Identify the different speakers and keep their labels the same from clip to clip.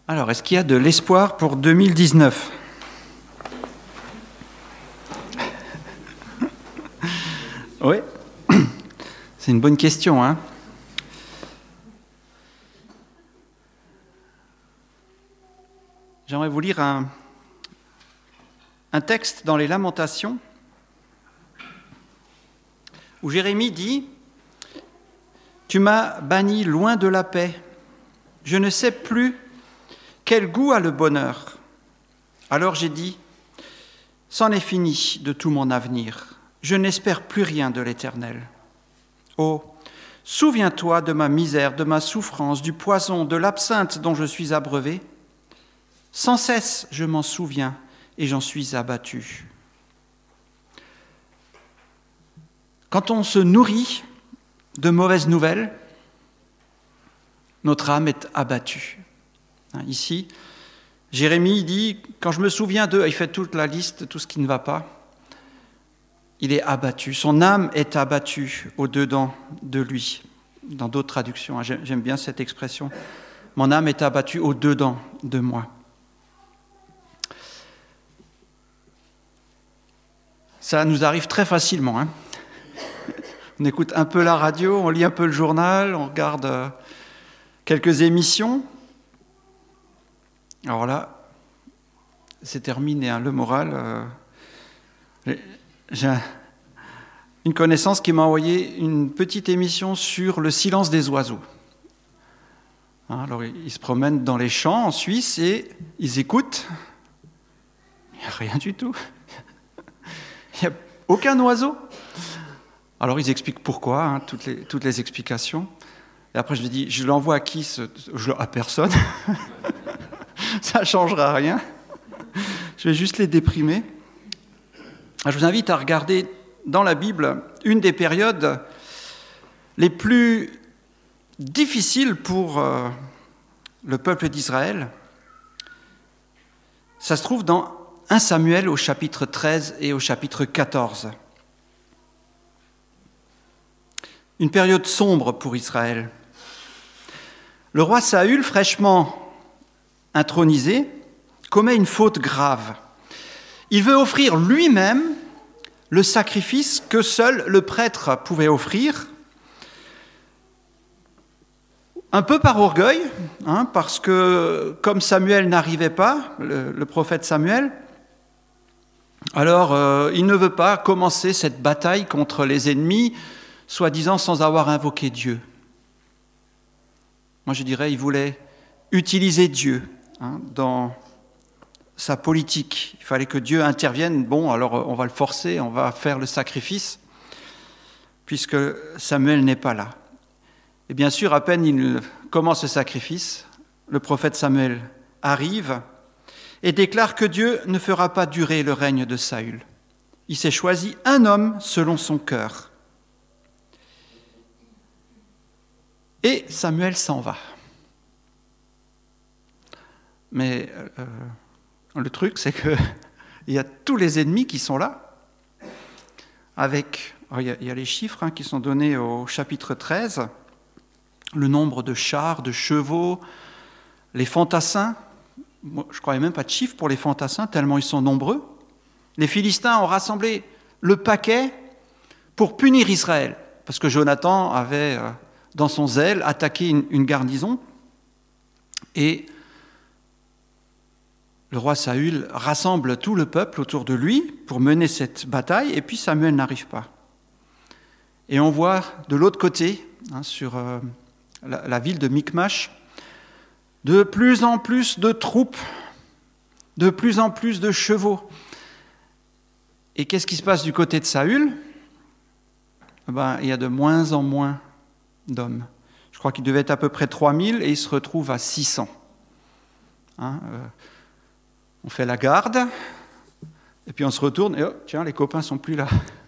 Speaker 1: Alors, est-ce qu'il y a de l'espoir pour 2019 ? Oui, c'est une bonne question, hein ? J'aimerais vous lire un texte dans les Lamentations où Jérémie dit « Tu m'as banni loin de la paix, je ne sais plus quel goût a le bonheur. Alors j'ai dit « C'en est fini de tout mon avenir, je n'espère plus rien de l'Éternel. Oh, souviens-toi de ma misère, de ma souffrance, du poison, de l'absinthe dont je suis abreuvé. Sans cesse je m'en souviens et j'en suis abattu. » Quand on se nourrit de mauvaises nouvelles, notre âme est abattue. Ici, Jérémie dit, quand je me souviens d'eux, il fait toute la liste, tout ce qui ne va pas, il est abattu. Son âme est abattue au-dedans de lui. Dans d'autres traductions, j'aime bien cette expression. Mon âme est abattue au-dedans de moi. Ça nous arrive très facilement. On écoute un peu la radio, on lit un peu le journal, on regarde quelques émissions. Alors là, c'est terminé, le moral. J'ai une connaissance qui m'a envoyé une petite émission sur le silence des oiseaux. Alors, ils se promènent dans les champs en Suisse et ils écoutent. Il n'y a rien du tout. Il n'y a aucun oiseau. Alors, ils expliquent pourquoi, toutes les explications. Et après, je lui dis, je l'envoie à qui à personne. Ça ne changera rien. Je vais juste les déprimer. Je vous invite à regarder dans la Bible une des périodes les plus difficiles pour le peuple d'Israël. Ça se trouve dans 1 Samuel au chapitre 13 et au chapitre 14. Une période sombre pour Israël. Le roi Saül, fraîchement intronisé, commet une faute grave. Il veut offrir lui-même le sacrifice que seul le prêtre pouvait offrir, un peu par orgueil, parce que comme Samuel n'arrivait pas, le prophète Samuel, alors il ne veut pas commencer cette bataille contre les ennemis, soi-disant sans avoir invoqué Dieu. Moi je dirais, il voulait utiliser Dieu dans sa politique. Il fallait que Dieu intervienne. Bon, alors on va le forcer, on va faire le sacrifice, puisque Samuel n'est pas là. Et bien sûr, à peine il commence le sacrifice, le prophète Samuel arrive et déclare que Dieu ne fera pas durer le règne de Saül. Il s'est choisi un homme selon son cœur. Et Samuel s'en va. Mais le truc, c'est qu'il y a tous les ennemis qui sont là. Il y a les chiffres qui sont donnés au chapitre 13, le nombre de chars, de chevaux, les fantassins. Moi, je ne croyais même pas de chiffres pour les fantassins, tellement ils sont nombreux. Les Philistins ont rassemblé le paquet pour punir Israël, parce que Jonathan avait, dans son zèle, attaqué une garnison. Et le roi Saül rassemble tout le peuple autour de lui pour mener cette bataille, et puis Samuel n'arrive pas. Et on voit de l'autre côté, sur la ville de Michmash, de plus en plus de troupes, de plus en plus de chevaux. Et qu'est-ce qui se passe du côté de Saül ? Il y a de moins en moins d'hommes. Je crois qu'il devait être à peu près 3000 et il se retrouve à 600. On fait la garde, et puis on se retourne, et tiens, les copains ne sont plus là.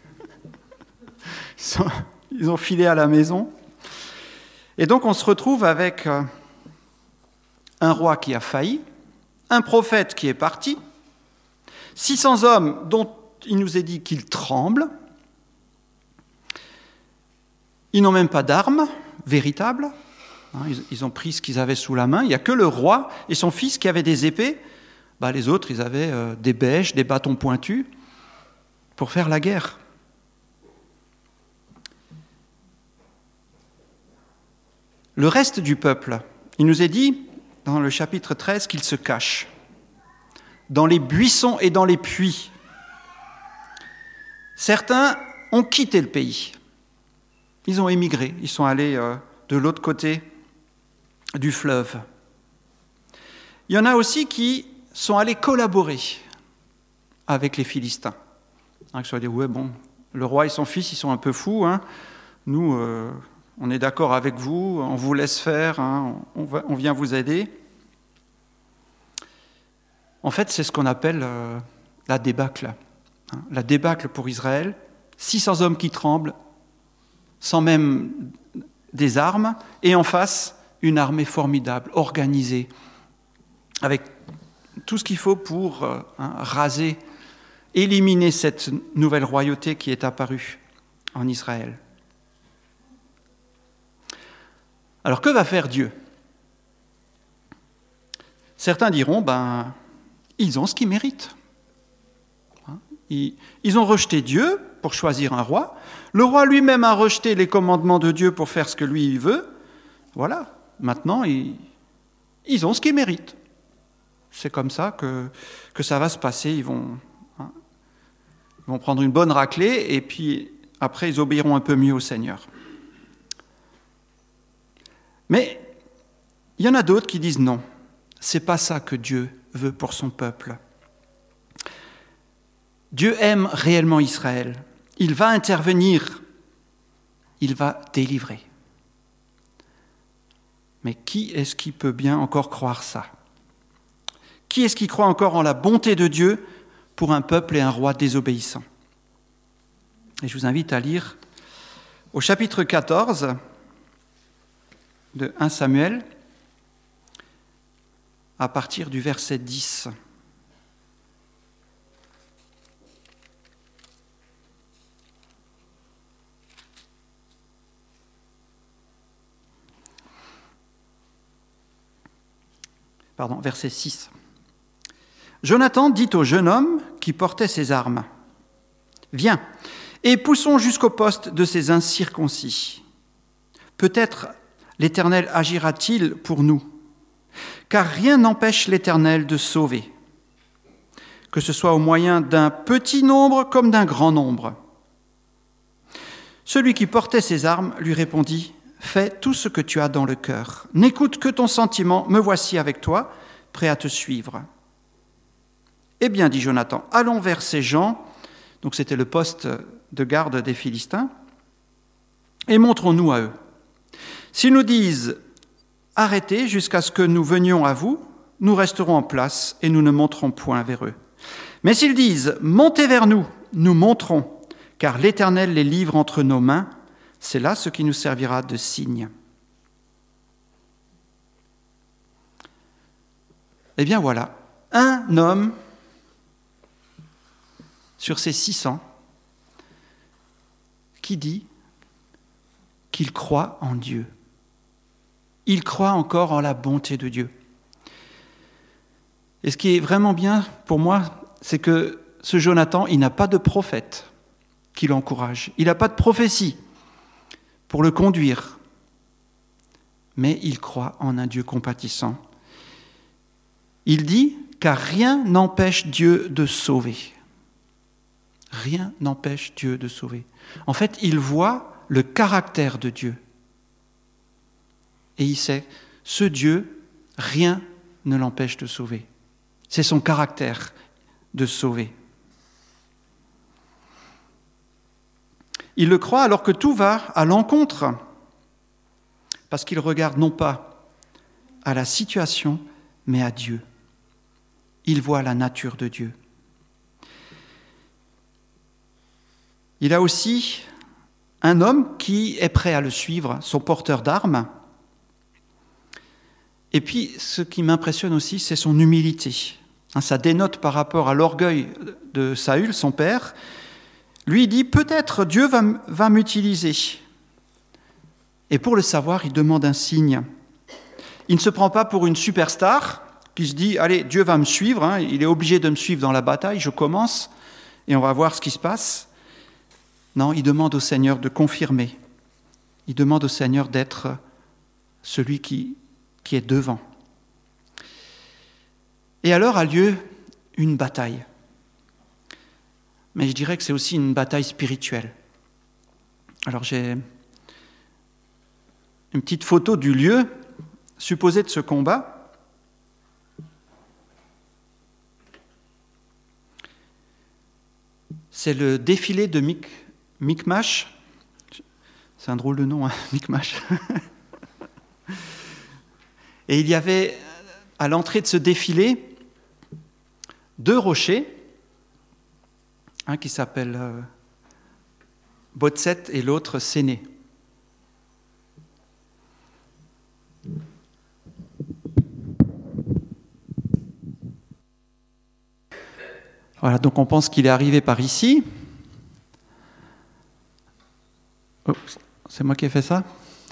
Speaker 1: Ils ont filé à la maison. Et donc on se retrouve avec un roi qui a failli, un prophète qui est parti, 600 hommes dont il nous est dit qu'ils tremblent. Ils n'ont même pas d'armes véritables. Ils ont pris ce qu'ils avaient sous la main. Il n'y a que le roi et son fils qui avaient des épées. Les autres, ils avaient des bêches, des bâtons pointus pour faire la guerre. Le reste du peuple, il nous est dit dans le chapitre 13 qu'il se cache dans les buissons et dans les puits. Certains ont quitté le pays. Ils ont émigré, ils sont allés de l'autre côté du fleuve. Il y en a aussi qui sont allés collaborer avec les Philistins. Ils se sont dit, le roi et son fils, ils sont un peu fous. Nous, on est d'accord avec vous, on vous laisse faire, on vient vous aider. En fait, c'est ce qu'on appelle la débâcle. La débâcle pour Israël, 600 hommes qui tremblent, sans même des armes, et en face, une armée formidable, organisée, avec tout ce qu'il faut pour raser, éliminer cette nouvelle royauté qui est apparue en Israël. Alors que va faire Dieu ? Certains diront, ils ont ce qu'ils méritent. Ils ont rejeté Dieu pour choisir un roi. Le roi lui-même a rejeté les commandements de Dieu pour faire ce que lui veut. Voilà, maintenant, ils ont ce qu'ils méritent. C'est comme ça que ça va se passer. Ils vont prendre une bonne raclée et puis après, ils obéiront un peu mieux au Seigneur. Mais il y en a d'autres qui disent non, c'est pas ça que Dieu veut pour son peuple. Dieu aime réellement Israël. Il va intervenir. Il va délivrer. Mais qui est-ce qui peut bien encore croire ça ? Qui est-ce qui croit encore en la bonté de Dieu pour un peuple et un roi désobéissant ? Et je vous invite à lire au chapitre 14 de 1 Samuel, à partir du verset 10. Verset 6. Jonathan dit au jeune homme qui portait ses armes, « Viens, et poussons jusqu'au poste de ces incirconcis. Peut-être l'Éternel agira-t-il pour nous, car rien n'empêche l'Éternel de sauver, que ce soit au moyen d'un petit nombre comme d'un grand nombre. » Celui qui portait ses armes lui répondit, « Fais tout ce que tu as dans le cœur. N'écoute que ton sentiment, me voici avec toi, prêt à te suivre. » Eh bien, dit Jonathan, allons vers ces gens, donc c'était le poste de garde des Philistins, et montrons-nous à eux. S'ils nous disent « Arrêtez jusqu'à ce que nous venions à vous », nous resterons en place et nous ne monterons point vers eux. Mais s'ils disent « Montez vers nous », nous monterons, car l'Éternel les livre entre nos mains, c'est là ce qui nous servira de signe. Eh bien voilà, un homme sur ces 600 qui dit qu'il croit en Dieu. Il croit encore en la bonté de Dieu. Et ce qui est vraiment bien pour moi, c'est que ce Jonathan, il n'a pas de prophète qui l'encourage. Il n'a pas de prophétie pour le conduire. Mais il croit en un Dieu compatissant. Il dit, car rien n'empêche Dieu de sauver. Rien n'empêche Dieu de sauver. En fait, il voit le caractère de Dieu. Et il sait, ce Dieu, rien ne l'empêche de sauver. C'est son caractère de sauver. Il le croit alors que tout va à l'encontre, parce qu'il regarde non pas à la situation, mais à Dieu. Il voit la nature de Dieu. Il a aussi un homme qui est prêt à le suivre, son porteur d'armes. Et puis, ce qui m'impressionne aussi, c'est son humilité. Ça dénote par rapport à l'orgueil de Saül, son père. Lui dit, peut-être Dieu va m'utiliser. Et pour le savoir, il demande un signe. Il ne se prend pas pour une superstar qui se dit « Allez, Dieu va me suivre, hein, il est obligé de me suivre dans la bataille, je commence et on va voir ce qui se passe. » Non, il demande au Seigneur de confirmer. Il demande au Seigneur d'être celui qui est devant. Et alors a lieu une bataille. Mais je dirais que c'est aussi une bataille spirituelle. Alors j'ai une petite photo du lieu supposé de ce combat. C'est le défilé de Michmash. C'est un drôle de nom, hein, Michmash. Et il y avait à l'entrée de ce défilé 2 rochers, un qui s'appelle Botset et l'autre Séné. Voilà, donc on pense qu'il est arrivé par ici. Oh, c'est moi qui ai fait ça.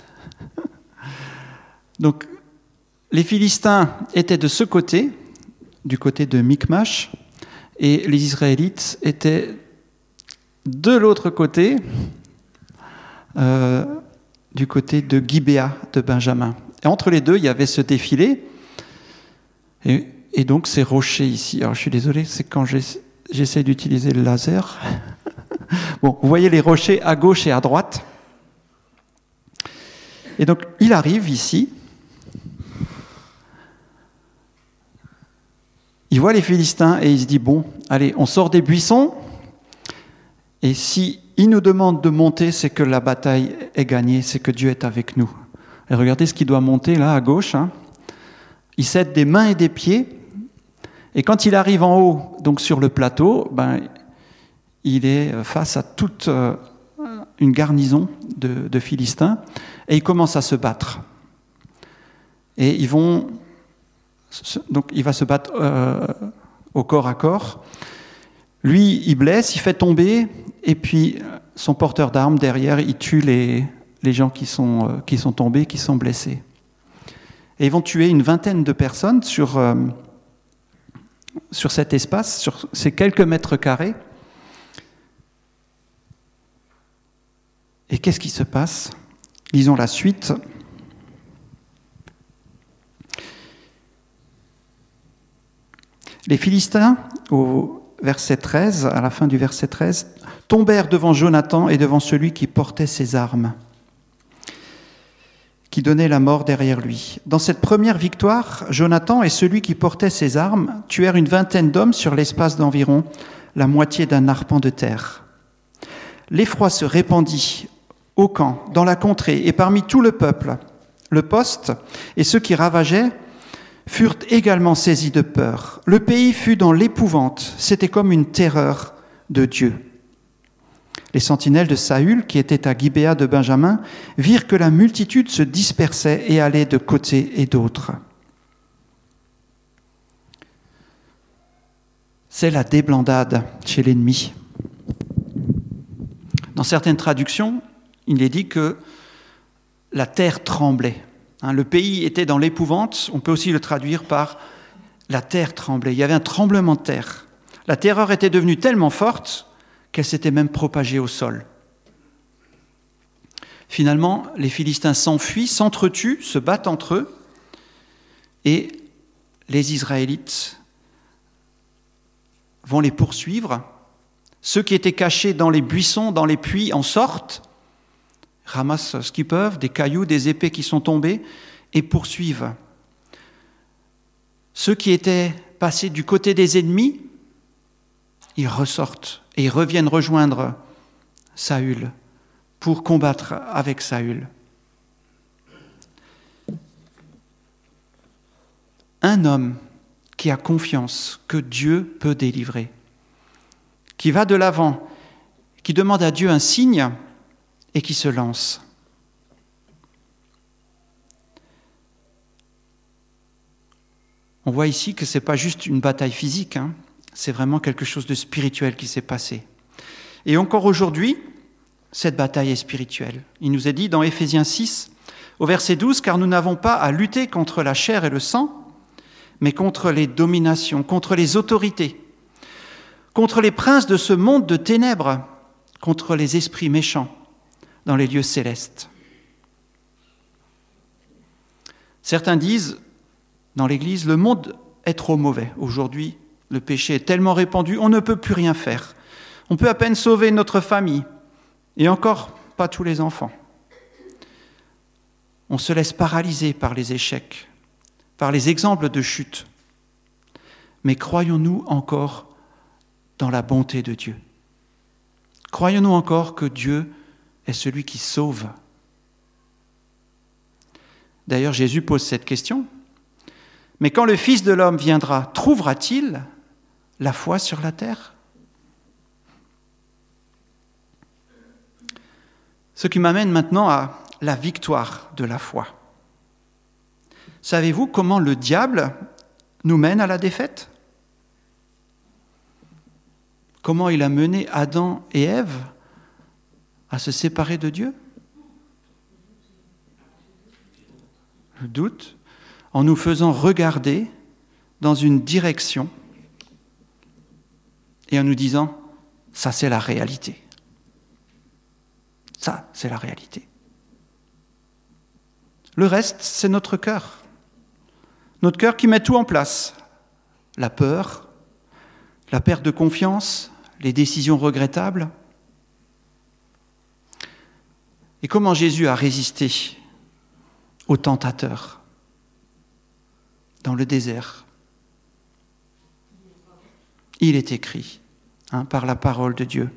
Speaker 1: Donc, les Philistins étaient de ce côté, du côté de Michmash, et les Israélites étaient de l'autre côté, du côté de Gibéa de Benjamin. Et entre les deux, il y avait ce défilé, et donc ces rochers ici. Alors je suis désolé, c'est quand j'essaie d'utiliser le laser. Bon, vous voyez les rochers à gauche et à droite. Et donc il arrive ici. Il voit les Philistins et il se dit, bon, allez, on sort des buissons, et si il nous demande de monter, c'est que la bataille est gagnée, c'est que Dieu est avec nous. Et regardez ce qu'il doit monter là, à gauche. Hein. Il s'aide des mains et des pieds, et quand il arrive en haut, donc sur le plateau, il est face à toute une garnison de Philistins, et il commence à se battre. Et donc il va se battre au corps à corps. Lui, il blesse, il fait tomber, et puis son porteur d'armes derrière, il tue les gens qui sont tombés, qui sont blessés. Et ils vont tuer une vingtaine de personnes sur cet espace, sur ces quelques mètres carrés. Et qu'est-ce qui se passe ? Lisons la suite. Les Philistins, au verset 13, à la fin du verset 13, tombèrent devant Jonathan et devant celui qui portait ses armes, qui donnait la mort derrière lui. Dans cette première victoire, Jonathan et celui qui portait ses armes tuèrent une vingtaine d'hommes sur l'espace d'environ la moitié d'un arpent de terre. L'effroi se répandit au camp, dans la contrée et parmi tout le peuple. Le poste et ceux qui ravageaient furent également saisis de peur. Le pays fut dans l'épouvante, c'était comme une terreur de Dieu. Les sentinelles de Saül, qui étaient à Gibéa de Benjamin, virent que la multitude se dispersait et allait de côté et d'autre. C'est la débandade chez l'ennemi. Dans certaines traductions, il est dit que la terre tremblait. Le pays était dans l'épouvante, on peut aussi le traduire par la terre tremblait. Il y avait un tremblement de terre. La terreur était devenue tellement forte qu'elle s'était même propagée au sol. Finalement, les Philistins s'enfuient, s'entretuent, se battent entre eux, et les Israélites vont les poursuivre. Ceux qui étaient cachés dans les buissons, dans les puits, en sortent, ramassent ce qu'ils peuvent, des cailloux, des épées qui sont tombées, et poursuivent. Ceux qui étaient passés du côté des ennemis, ils ressortent et ils reviennent rejoindre Saül pour combattre avec Saül. Un homme qui a confiance que Dieu peut délivrer, qui va de l'avant, qui demande à Dieu un signe et qui se lance. On voit ici que ce n'est pas juste une bataille physique, c'est vraiment quelque chose de spirituel qui s'est passé. Et encore aujourd'hui, cette bataille est spirituelle. Il nous est dit dans Éphésiens 6, Au verset 12, « Car nous n'avons pas à lutter contre la chair et le sang, mais contre les dominations, contre les autorités, contre les princes de ce monde de ténèbres, contre les esprits méchants dans les lieux célestes. » Certains disent, dans l'Église, le monde est trop mauvais. Aujourd'hui, le péché est tellement répandu, on ne peut plus rien faire. On peut à peine sauver notre famille, et encore pas tous les enfants. On se laisse paralyser par les échecs, par les exemples de chute. Mais croyons-nous encore dans la bonté de Dieu? Croyons-nous encore que Dieu est celui qui sauve? D'ailleurs, Jésus pose cette question. Mais quand le Fils de l'homme viendra, trouvera-t-il la foi sur la terre? Ce qui m'amène maintenant à la victoire de la foi. Savez-vous comment le diable nous mène à la défaite? Comment il a mené Adam et Ève à se séparer de Dieu? Le doute, en nous faisant regarder dans une direction et en nous disant « ça c'est la réalité ». Ça, c'est la réalité. Le reste, c'est notre cœur. Notre cœur qui met tout en place. La peur, la perte de confiance, les décisions regrettables. Et comment Jésus a résisté au tentateur dans le désert? Il est écrit par la parole de Dieu.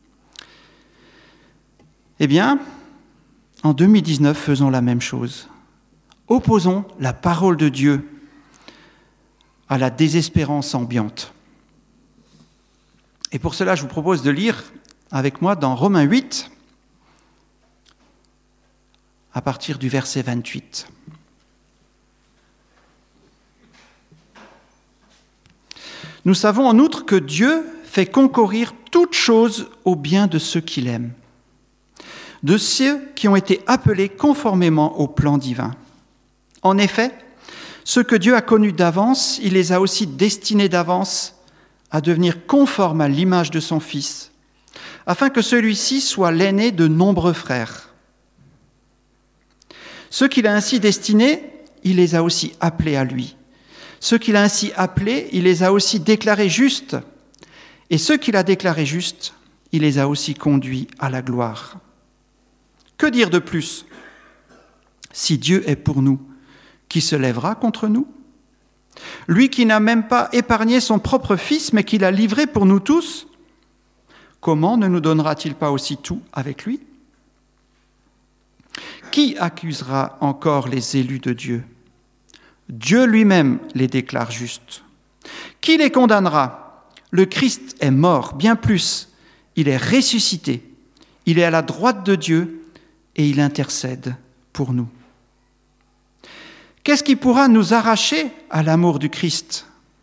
Speaker 1: Eh bien, en 2019, faisons la même chose. Opposons la parole de Dieu à la désespérance ambiante. Et pour cela, je vous propose de lire avec moi dans Romains 8, à partir du verset 28. Nous savons en outre que Dieu fait concourir toutes choses au bien de ceux qu'il aime, de ceux qui ont été appelés conformément au plan divin. En effet, ceux que Dieu a connus d'avance, il les a aussi destinés d'avance à devenir conformes à l'image de son Fils, afin que celui-ci soit l'aîné de nombreux frères. Ceux qu'il a ainsi destinés, il les a aussi appelés à lui. Ceux qu'il a ainsi appelés, il les a aussi déclarés justes. Et ceux qu'il a déclarés justes, il les a aussi conduits à la gloire. Que dire de plus? Si Dieu est pour nous, qui se lèvera contre nous? Lui qui n'a même pas épargné son propre Fils, mais qui l'a livré pour nous tous, comment ne nous donnera-t-il pas aussi tout avec lui? Qui accusera encore les élus de Dieu? Dieu lui-même les déclare justes. Qui les condamnera? Le Christ est mort, bien plus, il est ressuscité, il est à la droite de Dieu, et il intercède pour nous. Qu'est-ce qui pourra nous arracher à l'amour du Christ?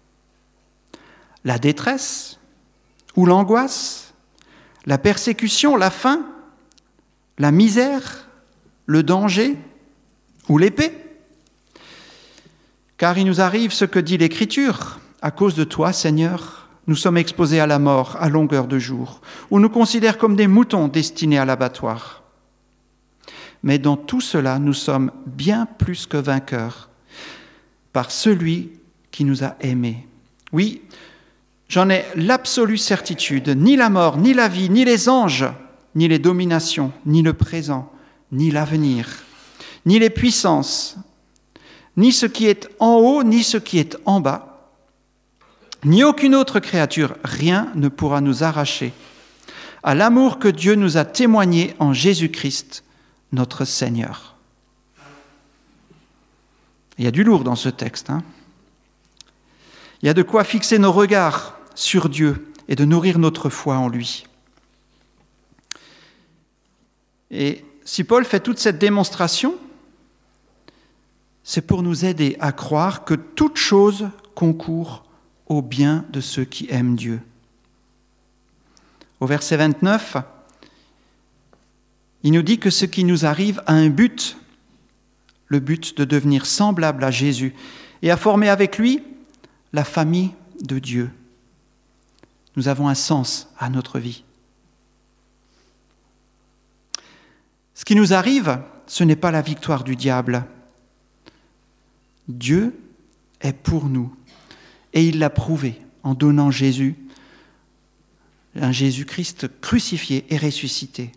Speaker 1: La détresse ou l'angoisse, la persécution, la faim, la misère, le danger ou l'épée? Car il nous arrive ce que dit l'Écriture. À cause de toi, Seigneur, nous sommes exposés à la mort à longueur de jour, ou nous considèrent comme des moutons destinés à l'abattoir. Mais dans tout cela, nous sommes bien plus que vainqueurs par celui qui nous a aimés. Oui, j'en ai l'absolue certitude, ni la mort, ni la vie, ni les anges, ni les dominations, ni le présent, ni l'avenir, ni les puissances, ni ce qui est en haut, ni ce qui est en bas, ni aucune autre créature, rien ne pourra nous arracher à l'amour que Dieu nous a témoigné en Jésus-Christ, notre Seigneur. Il y a du lourd dans ce texte. Il y a de quoi fixer nos regards sur Dieu et de nourrir notre foi en lui. Et si Paul fait toute cette démonstration, c'est pour nous aider à croire que toute chose concourt au bien de ceux qui aiment Dieu. Au verset 29, il nous dit que ce qui nous arrive a un but. le but de devenir semblable à Jésus et à former avec lui la famille de Dieu. Nous avons un sens à notre vie. Ce qui nous arrive, ce n'est pas la victoire du diable. Dieu est pour nous et il l'a prouvé en donnant Jésus, un Jésus-Christ crucifié et ressuscité.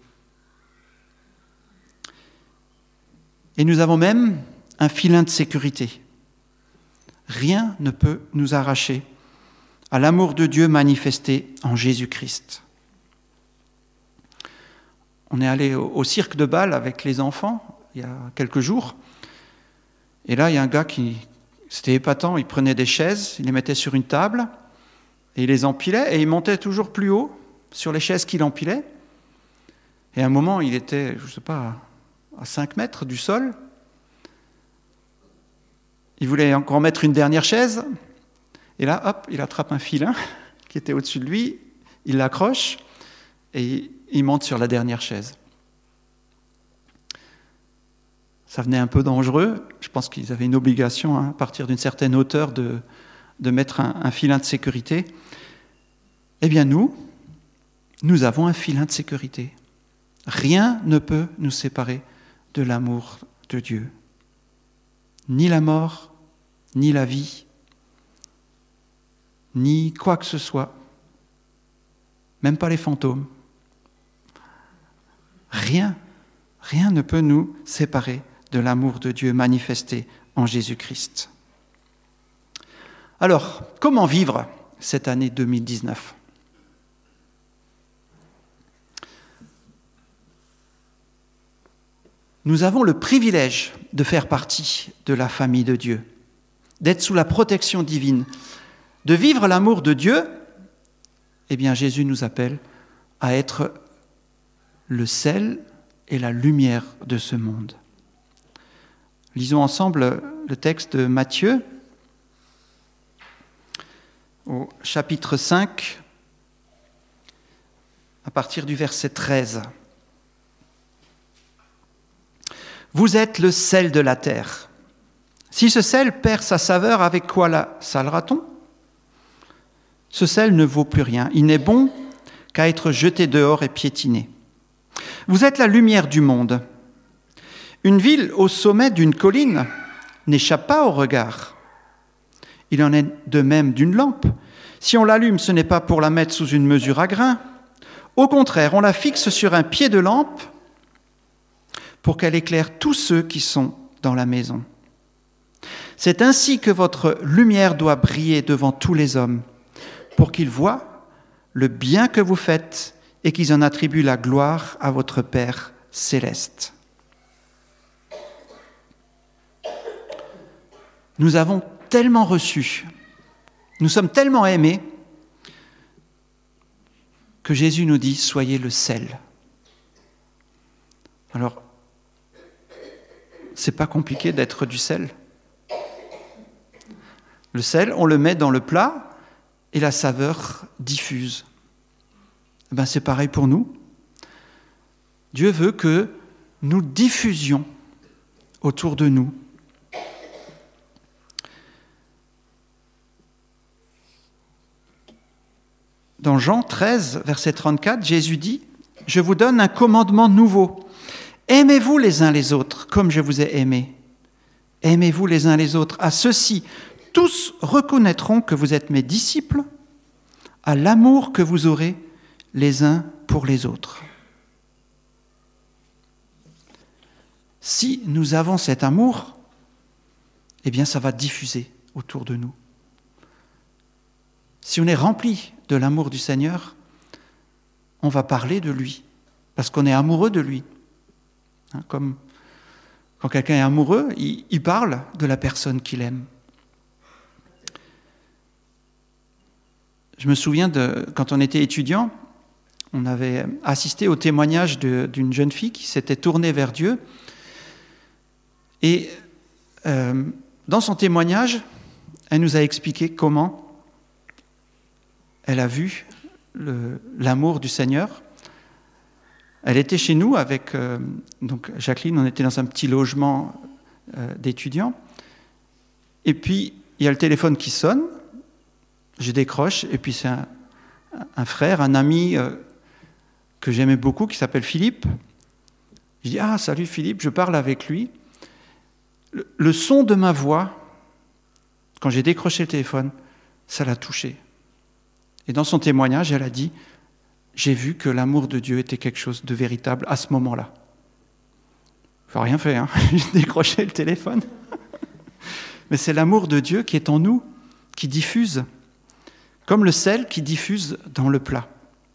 Speaker 1: Et nous avons même un filin de sécurité. Rien ne peut nous arracher à l'amour de Dieu manifesté en Jésus-Christ. On est allé au cirque de Bâle avec les enfants il y a quelques jours. Et là, il y a un gars c'était épatant, il prenait des chaises, il les mettait sur une table, et il les empilait, et il montait toujours plus haut sur les chaises qu'il empilait. Et à un moment, il était, je ne sais pas, à 5 mètres du sol. Il voulait encore mettre une dernière chaise, et là, hop, il attrape un filin qui était au-dessus de lui, il l'accroche, et il monte sur la dernière chaise. Ça venait un peu dangereux. Je pense qu'ils avaient une obligation, à partir d'une certaine hauteur, de mettre un filin de sécurité. Eh bien, nous avons un filin de sécurité. Rien ne peut nous séparer de l'amour de Dieu. Ni la mort, ni la vie, ni quoi que ce soit. Même pas les fantômes. Rien ne peut nous séparer de l'amour de Dieu manifesté en Jésus-Christ. Alors, comment vivre cette année 2019 ? Nous avons le privilège de faire partie de la famille de Dieu, d'être sous la protection divine, de vivre l'amour de Dieu. Eh bien, Jésus nous appelle à être le sel et la lumière de ce monde. Lisons ensemble le texte de Matthieu, au chapitre 5, à partir du verset 13. Vous êtes le sel de la terre. Si ce sel perd sa saveur, avec quoi la salera-t-on ? Ce sel ne vaut plus rien. Il n'est bon qu'à être jeté dehors et piétiné. Vous êtes la lumière du monde. Une ville au sommet d'une colline n'échappe pas au regard. Il en est de même d'une lampe. Si on l'allume, ce n'est pas pour la mettre sous une mesure à grains. Au contraire, on la fixe sur un pied de lampe pour qu'elle éclaire tous ceux qui sont dans la maison. C'est ainsi que votre lumière doit briller devant tous les hommes, pour qu'ils voient le bien que vous faites et qu'ils en attribuent la gloire à votre Père céleste. Nous avons tellement reçu, nous sommes tellement aimés, que Jésus nous dit « Soyez le sel ». Alors, c'est pas compliqué d'être du sel. Le sel, on le met dans le plat et la saveur diffuse. Ben, c'est pareil pour nous. Dieu veut que nous diffusions autour de nous. Dans Jean 13, verset 34, Jésus dit « Je vous donne un commandement nouveau. Aimez-vous les uns les autres comme je vous ai aimés. Aimez-vous les uns les autres. À ceux-ci, tous reconnaîtront que vous êtes mes disciples, à l'amour que vous aurez les uns pour les autres. » Si nous avons cet amour, eh bien ça va diffuser autour de nous. Si on est rempli de l'amour du Seigneur, on va parler de lui, parce qu'on est amoureux de lui. Comme quand quelqu'un est amoureux, il parle de la personne qu'il aime. Je me souviens quand on était étudiant, on avait assisté au témoignage d'une jeune fille qui s'était tournée vers Dieu. Et dans son témoignage, elle nous a expliqué comment elle a vu l'amour du Seigneur. Elle était chez nous avec donc Jacqueline, on était dans un petit logement d'étudiants. Et puis, il y a le téléphone qui sonne, je décroche, et puis c'est un frère, un ami que j'aimais beaucoup, qui s'appelle Philippe. Je dis « Ah, salut Philippe », je parle avec lui. Le son de ma voix, quand j'ai décroché le téléphone, ça l'a touché. Et dans son témoignage, elle a dit « J'ai vu que l'amour de Dieu était quelque chose de véritable à ce moment-là. » Enfin, rien fait, hein. J'ai décroché le téléphone. Mais c'est l'amour de Dieu qui est en nous, qui diffuse, comme le sel qui diffuse dans le plat.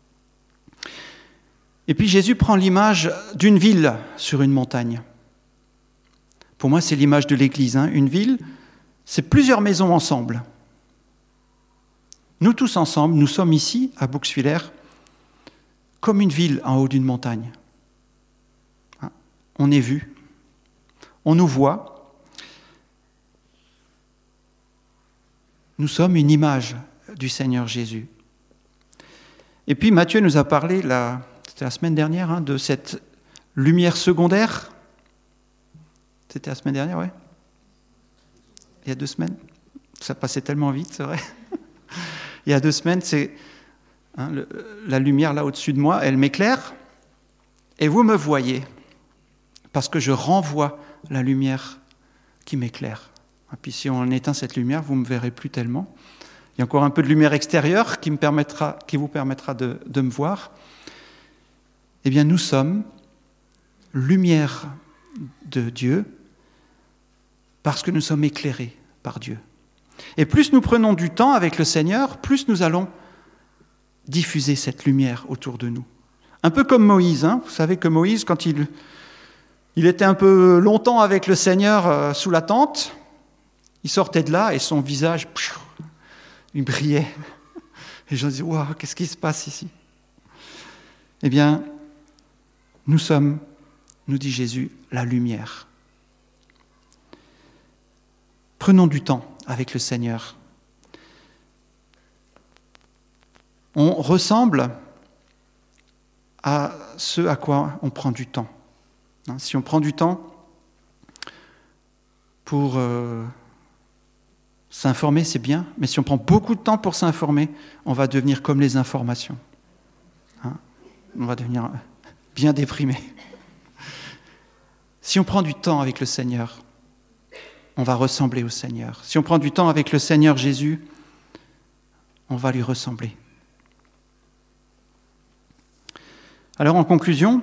Speaker 1: Et puis Jésus prend l'image d'une ville sur une montagne. Pour moi, c'est l'image de l'Église. Une ville, c'est plusieurs maisons ensemble. Nous tous ensemble, nous sommes ici, à Bouxwiller, comme une ville en haut d'une montagne. On est vu, on nous voit. Nous sommes une image du Seigneur Jésus. Et puis Matthieu nous a parlé, c'était la semaine dernière, de cette lumière secondaire. C'était la semaine dernière, ouais. Il y a 2 semaines. Ça passait tellement vite, c'est vrai. Il y a 2 semaines, c'est la lumière là au-dessus de moi, elle m'éclaire, et vous me voyez, parce que je renvoie la lumière qui m'éclaire. Et puis si on éteint cette lumière, vous ne me verrez plus tellement. Il y a encore un peu de lumière extérieure qui vous permettra de me voir. Eh bien, nous sommes lumière de Dieu parce que nous sommes éclairés par Dieu. Et plus nous prenons du temps avec le Seigneur, plus nous allons diffuser cette lumière autour de nous. Un peu comme Moïse. Vous savez que Moïse, quand il était un peu longtemps avec le Seigneur sous la tente, il sortait de là et son visage, il brillait. Et les gens disaient, waouh, qu'est-ce qui se passe ici? Eh bien, nous sommes, nous dit Jésus, la lumière. Prenons du temps avec le Seigneur. On ressemble à ce à quoi on prend du temps. Si on prend du temps pour s'informer, c'est bien, mais si on prend beaucoup de temps pour s'informer, on va devenir comme les informations. On va devenir bien déprimé. Si on prend du temps avec le Seigneur, on va ressembler au Seigneur. Si on prend du temps avec le Seigneur Jésus, on va lui ressembler. Alors en conclusion,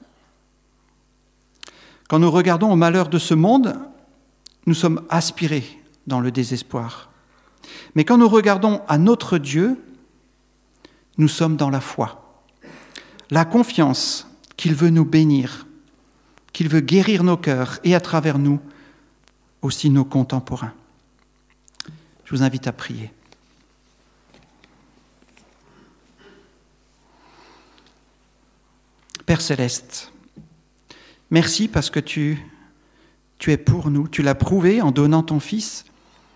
Speaker 1: quand nous regardons au malheur de ce monde, nous sommes aspirés dans le désespoir. Mais quand nous regardons à notre Dieu, nous sommes dans la foi. La confiance qu'il veut nous bénir, qu'il veut guérir nos cœurs et à travers nous, aussi nos contemporains. Je vous invite à prier. Père Céleste, merci parce que tu es pour nous, tu l'as prouvé en donnant ton Fils,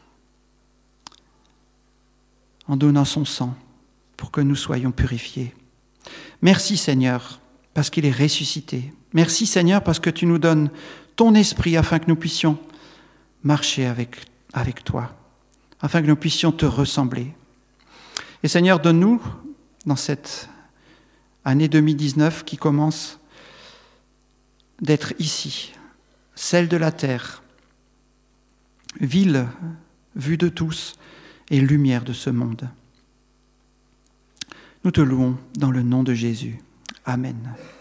Speaker 1: en donnant son sang pour que nous soyons purifiés. Merci Seigneur parce qu'il est ressuscité. Merci Seigneur parce que tu nous donnes ton esprit afin que nous puissions marcher avec toi, afin que nous puissions te ressembler. Et Seigneur, donne-nous, dans cette année 2019 qui commence, d'être ici, celle de la terre, ville vue de tous et lumière de ce monde. Nous te louons dans le nom de Jésus. Amen.